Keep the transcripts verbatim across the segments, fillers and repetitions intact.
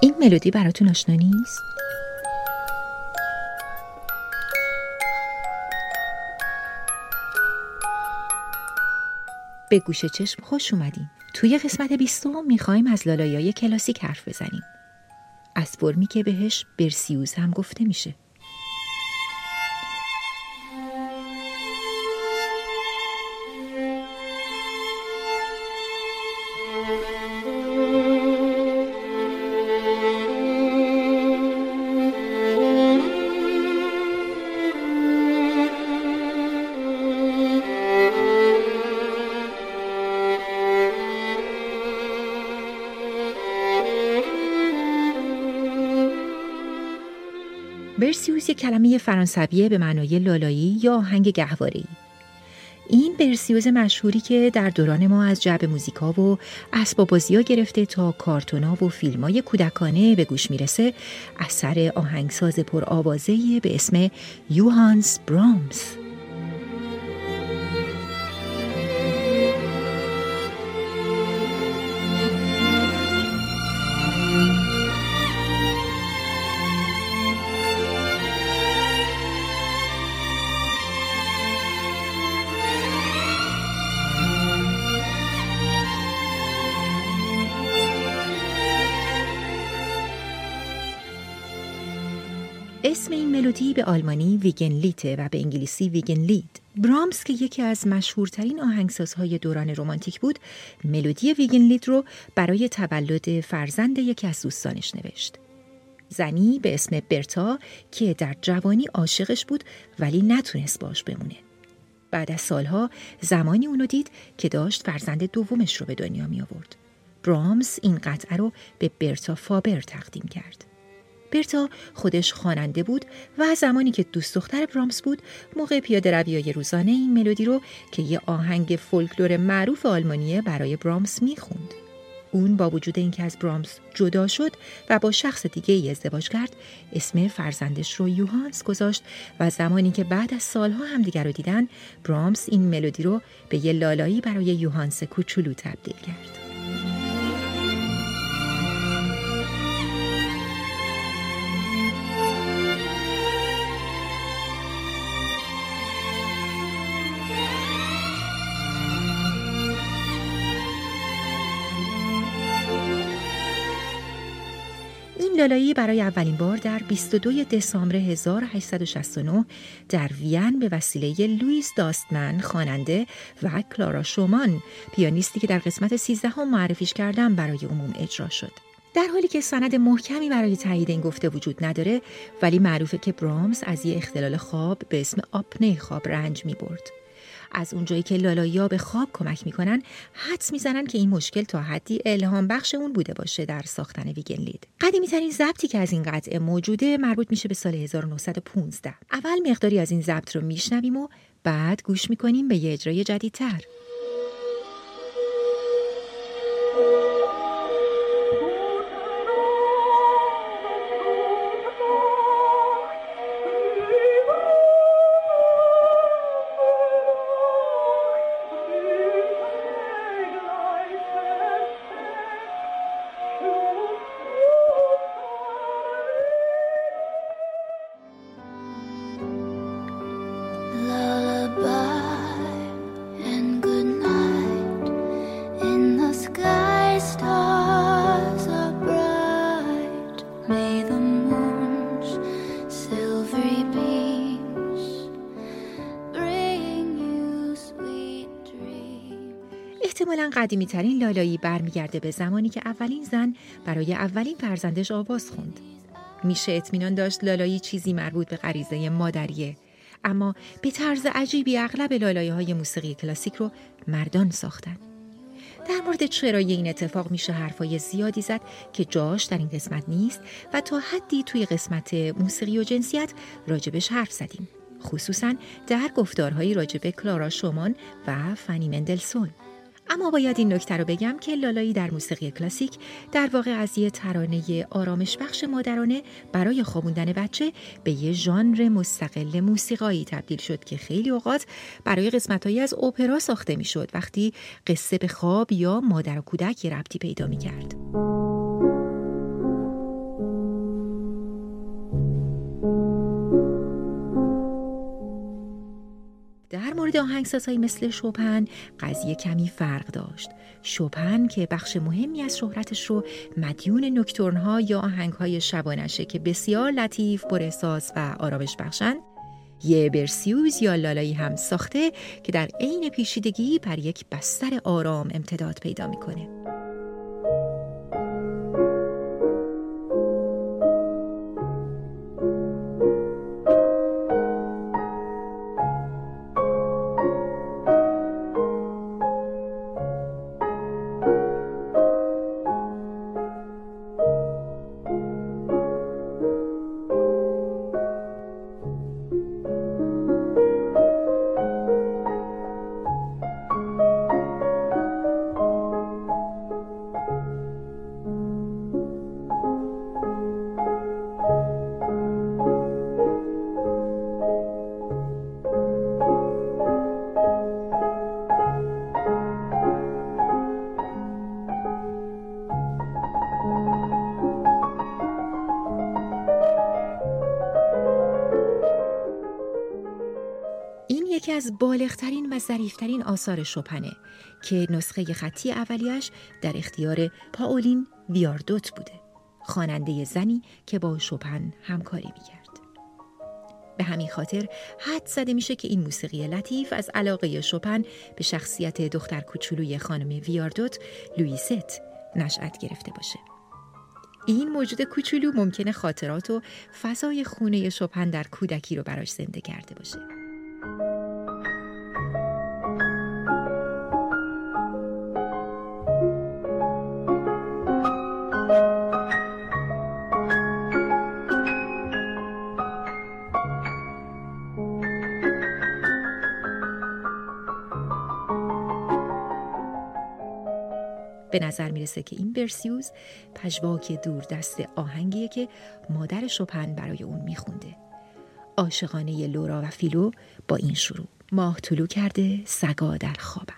این ملودی براتون آشنا نیست؟ به گوش چشم خوش اومدین. توی قسمت بیستم میخوایم از لالایی‌های کلاسیک حرف بزنیم. از فرمی که بهش برسیوز هم گفته میشه. برسیوز یک کلمه فرانسویه به معنای لالایی یا آهنگ گهواره‌ای. این برسیوز مشهوری که در دوران ما از جعبه موزیکا و اسباب بازی‌ها گرفته تا کارتونا و فیلم‌های کودکانه به گوش میرسه، اثر آهنگساز پرآوازه‌ای به اسم یوهانس برامس. اسم این ملودی به آلمانی ویگنلیته و به انگلیسی ویگنلید. برامس که یکی از مشهورترین آهنگسازهای دوران رمانتیک بود، ملودی ویگنلید رو برای تولد فرزند یکی از دوستانش نوشت. زنی به اسم برتا که در جوانی عاشقش بود ولی نتونست باش بمونه. بعد از سالها زمانی اونو دید که داشت فرزند دومش رو به دنیا می آورد. برامس این قطعه رو به برتا فابر تقدیم کرد. برتا خودش خواننده بود و زمانی که دوست دختر برامس بود، موقع پیاده روی‌های روزانه این ملودی رو که یه آهنگ فولکلور معروف آلمانیه برای برامس میخوند. اون با وجود اینکه از برامس جدا شد و با شخص دیگه ای ازدواج کرد، اسم فرزندش رو یوهانس گذاشت و زمانی که بعد از سالها همدیگر رو دیدن، برامس این ملودی رو به یه لالایی برای یوهانس کوچولو تبدیل کرد. این لالایی برای اولین بار در بیست و دوم دسامبر هزار و هشتصد و شصت و نه در وین به وسیله لوئیس داستمن خواننده و کلارا شومان پیانیستی که در قسمت سیزدهم معرفیش کردم برای عموم اجرا شد. در حالی که سند محکمی برای تایید این گفته وجود نداره، ولی معروفه که برامس از یه اختلال خواب به اسم آپنه خواب رنج می برد. از اونجایی که لالایی‌ها به خواب کمک میکنن، حدس میزنن که این مشکل تا حدی الهام بخش اون بوده باشه در ساختن ویگنلید. قدیمی ترین ضبطی که از این قطعه موجوده مربوط میشه به سال هزار و نهصد و پانزده. اول مقداری از این ضبط رو میشنویم و بعد گوش میکنیم به یه اجرای جدیدتر. احتمالاً قدیمی ترین لالایی برمیگرده به زمانی که اولین زن برای اولین فرزندش آواز خوند. میشه اطمینان داشت لالایی چیزی مربوط به غریزه مادریه، اما به طرز عجیبی اغلب لالایی‌های موسیقی کلاسیک رو مردان ساختن. در مورد چرای این اتفاق میشه حرفای زیادی زد که جاش در این قسمت نیست و تا حدی توی قسمت موسیقی و جنسیت راجبش حرف زدیم، خصوصاً در گفتارهایی راجب کلارا شومان و فنی مندلسون. اما باید این نکته رو بگم که لالایی در موسیقی کلاسیک در واقع از یه ترانه آرامش بخش مادرانه برای خوابوندن بچه به یه ژانر مستقل موسیقایی تبدیل شد که خیلی اوقات برای قسمت‌هایی از اپرا ساخته می‌شد وقتی قصه به خواب یا مادر و کودک یه ربطی پیدا می‌کرد. در مورد آهنگسازهایی مثل شوپن قضیه کمی فرق داشت. شوپن که بخش مهمی از شهرتش رو مدیون نوکتورن‌ها یا آهنگ‌های شبانشه که بسیار لطیف، پراحساس و آرامش بخشن، یه برسیوز یا لالایی هم ساخته که در عین پیچیدگی بر یک بستر آرام امتداد پیدا می‌کنه. یکی از بالغترین و ظریفترین آثار شوپنه که نسخه خطی اولیش در اختیار پائولین ویاردوت بوده، خواننده زنی که با شوپن همکاری می‌کرد. به همین خاطر حد زده میشه که این موسیقی لطیف از علاقه شوپن به شخصیت دختر کوچولوی خانم ویاردوت، لویست، نشأت گرفته باشه. این موجود کوچولو ممکنه خاطرات و فضای خونه شوپن در کودکی رو براش زنده کرده باشه. به نظر میرسه که این برسیوز پژواک دور دست آهنگیه که مادر شوپن برای اون میخونده. عاشقانه لورا و فیلو با این شروع: ماه طلوع کرده، سگا در خوابن.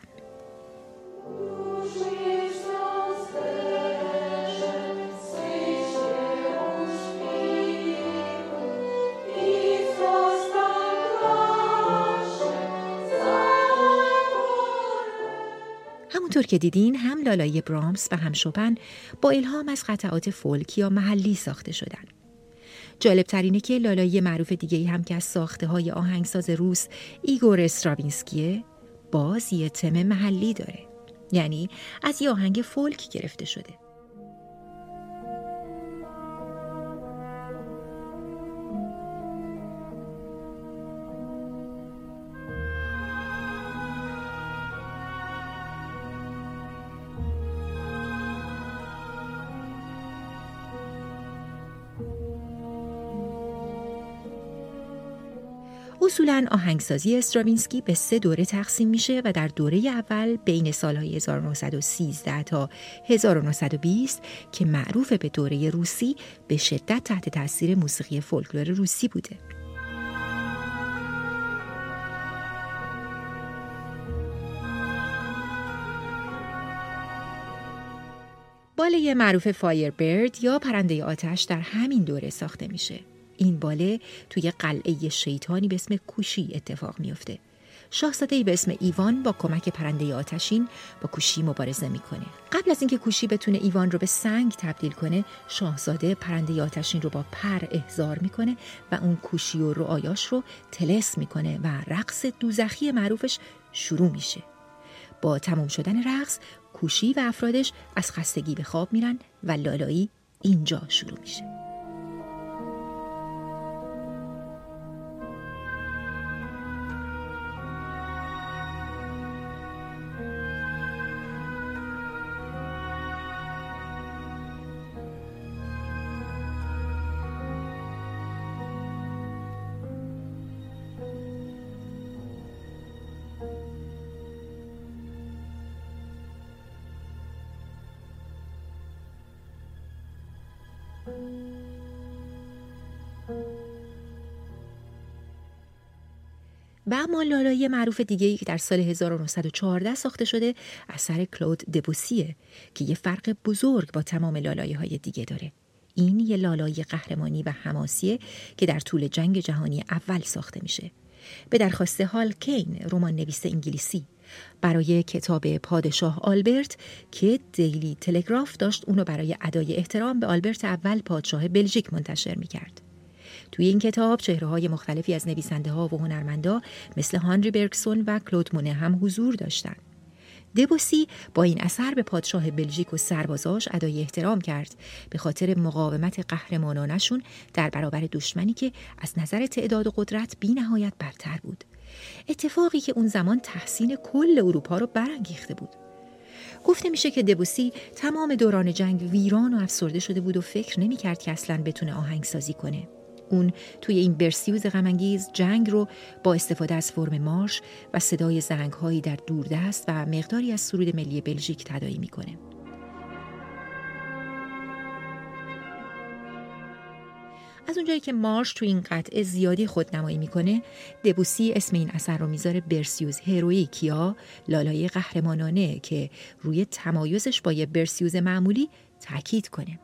همونطور که دیدین هم لالای برامس و هم شوپن با الهام از قطعات فولک یا محلی ساخته شدن. جالب ترینه که لالای معروف دیگه‌ای هم که از ساخته های آهنگساز روس ایگور استراوینسکیه باز یه تم محلی داره، یعنی از یه آهنگ فولک گرفته شده. اصولاً آهنگسازی استراوینسکی به سه دوره تقسیم میشه و در دوره اول بین سالهای هزار و نهصد و سیزده تا هزار و نهصد و بیست که معروف به دوره روسی به شدت تحت تاثیر موسیقی فولکلور روسی بوده. باله معروف فایربرد یا پرنده آتش در همین دوره ساخته میشه. این باله توی قلعه شیطانی به اسم کوشی اتفاق میفته. شاهزاده‌ای به اسم ایوان با کمک پرنده آتشین با کوشی مبارزه میکنه. قبل از اینکه کوشی بتونه ایوان رو به سنگ تبدیل کنه، شاهزاده پرنده آتشین رو با پر احضار میکنه و اون کوشی و رعایاش رو طلسم میکنه و رقص دوزخی معروفش شروع میشه. با تمام شدن رقص، کوشی و افرادش از خستگی به خواب میرن و لالایی اینجا شروع میشه. و اما لالای معروف دیگه‌ای که در سال هزار و نهصد و چهارده ساخته شده اثر کلود دبوسیه که یه فرق بزرگ با تمام لالایی‌های دیگه داره. این یه لالای قهرمانی و حماسیه که در طول جنگ جهانی اول ساخته میشه. به درخواست هال کین، رمان نویس انگلیسی، برای کتاب پادشاه آلبرت که دیلی تلگراف داشت اونو برای ادای احترام به آلبرت اول پادشاه بلژیک منتشر می‌کرد. توی این کتاب چهره‌های مختلفی از نویسنده‌ها و هنرمندا مثل هانری برگسون و کلود مونه هم حضور داشتند. دبوسی با این اثر به پادشاه بلژیک و سربازاش ادای احترام کرد به خاطر مقاومت قهرمانانشون در برابر دشمنی که از نظر تعداد و قدرت بی‌نهایت برتر بود. اتفاقی که اون زمان تحسین کل اروپا رو برانگیخته بود. گفته میشه که دبوسی تمام دوران جنگ ویران و افسرده شده بود و فکر نمی‌کرد که اصلاً بتونه آهنگسازی کنه. اون توی این برسیوز غم‌انگیز جنگ رو با استفاده از فرم مارش و صدای زنگ‌هایی در دوردست و مقداری از سرود ملی بلژیک تداعی می‌کنه. از اونجایی که مارش توی این قطعه زیادی خودنمایی می‌کنه، دبوسی اسم این اثر رو میذاره برسیوز هروئیک یا لالای قهرمانانه که روی تمایزش با یه برسیوز معمولی تاکید کنه.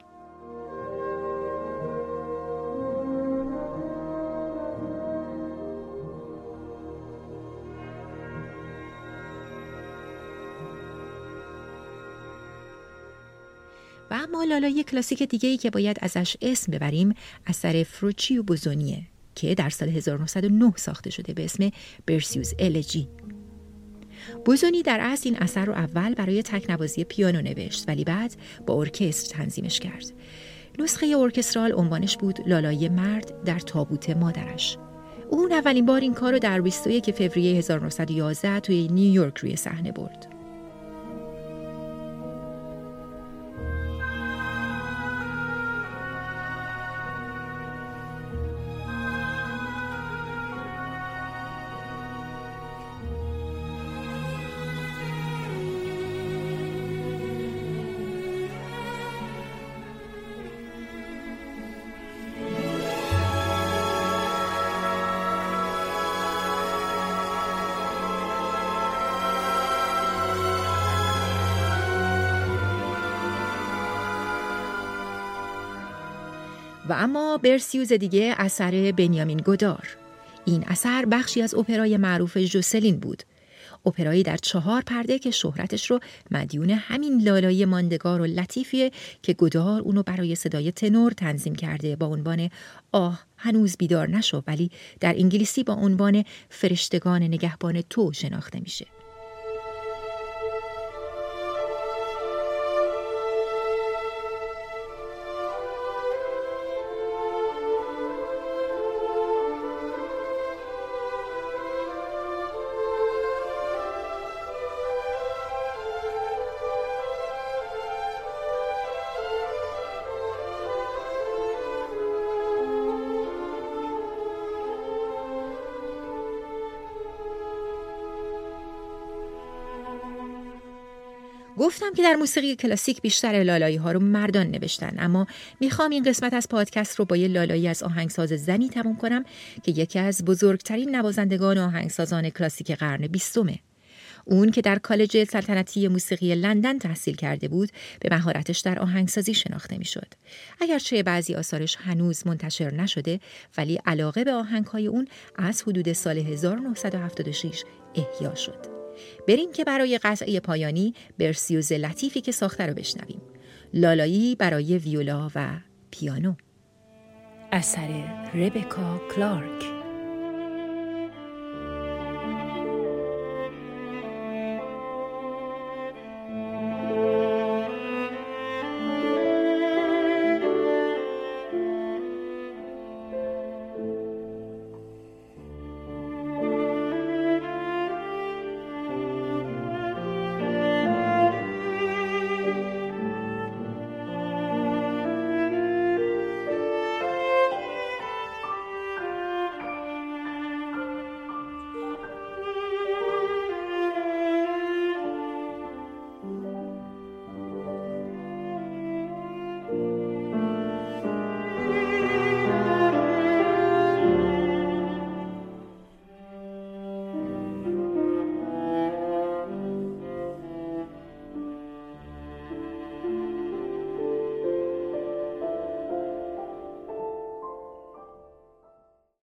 و اما لالای کلاسیک دیگه‌ای که باید ازش اسم ببریم اثر فروچیو بوزونیه که در سال هزار و نهصد و نه ساخته شده به اسم برسیوز الژی. بوزونی در اصل این اثر رو اول برای تکنوازی پیانو نوشت ولی بعد با ارکستر تنظیمش کرد. نسخه ارکسترال عنوانش بود لالای مرد در تابوت مادرش. اون اولین بار این کار رو در بیست و یک فوریه هزار و نهصد و یازده توی نیویورک روی صحنه برد. و اما برسیوز دیگه اثر بنیامین گودار. این اثر بخشی از اپرای معروف ژوسلین بود. اپرایی در چهار پرده که شهرتش رو مدیون همین لالایی ماندگار و لطیفیه که گودار اونو برای صدای تنور تنظیم کرده با عنوان آه هنوز بیدار نشو، ولی در انگلیسی با عنوان فرشتگان نگهبان تو شناخته میشه. گفتم که در موسیقی کلاسیک بیشتر لالایی ها رو مردان نوشتن، اما میخوام این قسمت از پادکست رو با یه لالایی از آهنگساز زنی تموم کنم که یکی از بزرگترین نوازندگان و آهنگسازان کلاسیک قرن بیستمه. اون که در کالج سلطنتی موسیقی لندن تحصیل کرده بود، به مهارتش در آهنگسازی شناخته میشد. اگرچه بعضی آثارش هنوز منتشر نشده، ولی علاقه به آهنگ‌های اون از حدود سال هزار و نهصد و هفتاد و شش احیا شد. بریم که برای قطعه پایانی برسیوز لطیفی که ساخته رو بشنویم. لالایی برای ویولا و پیانو، اثر ربکا کلارک.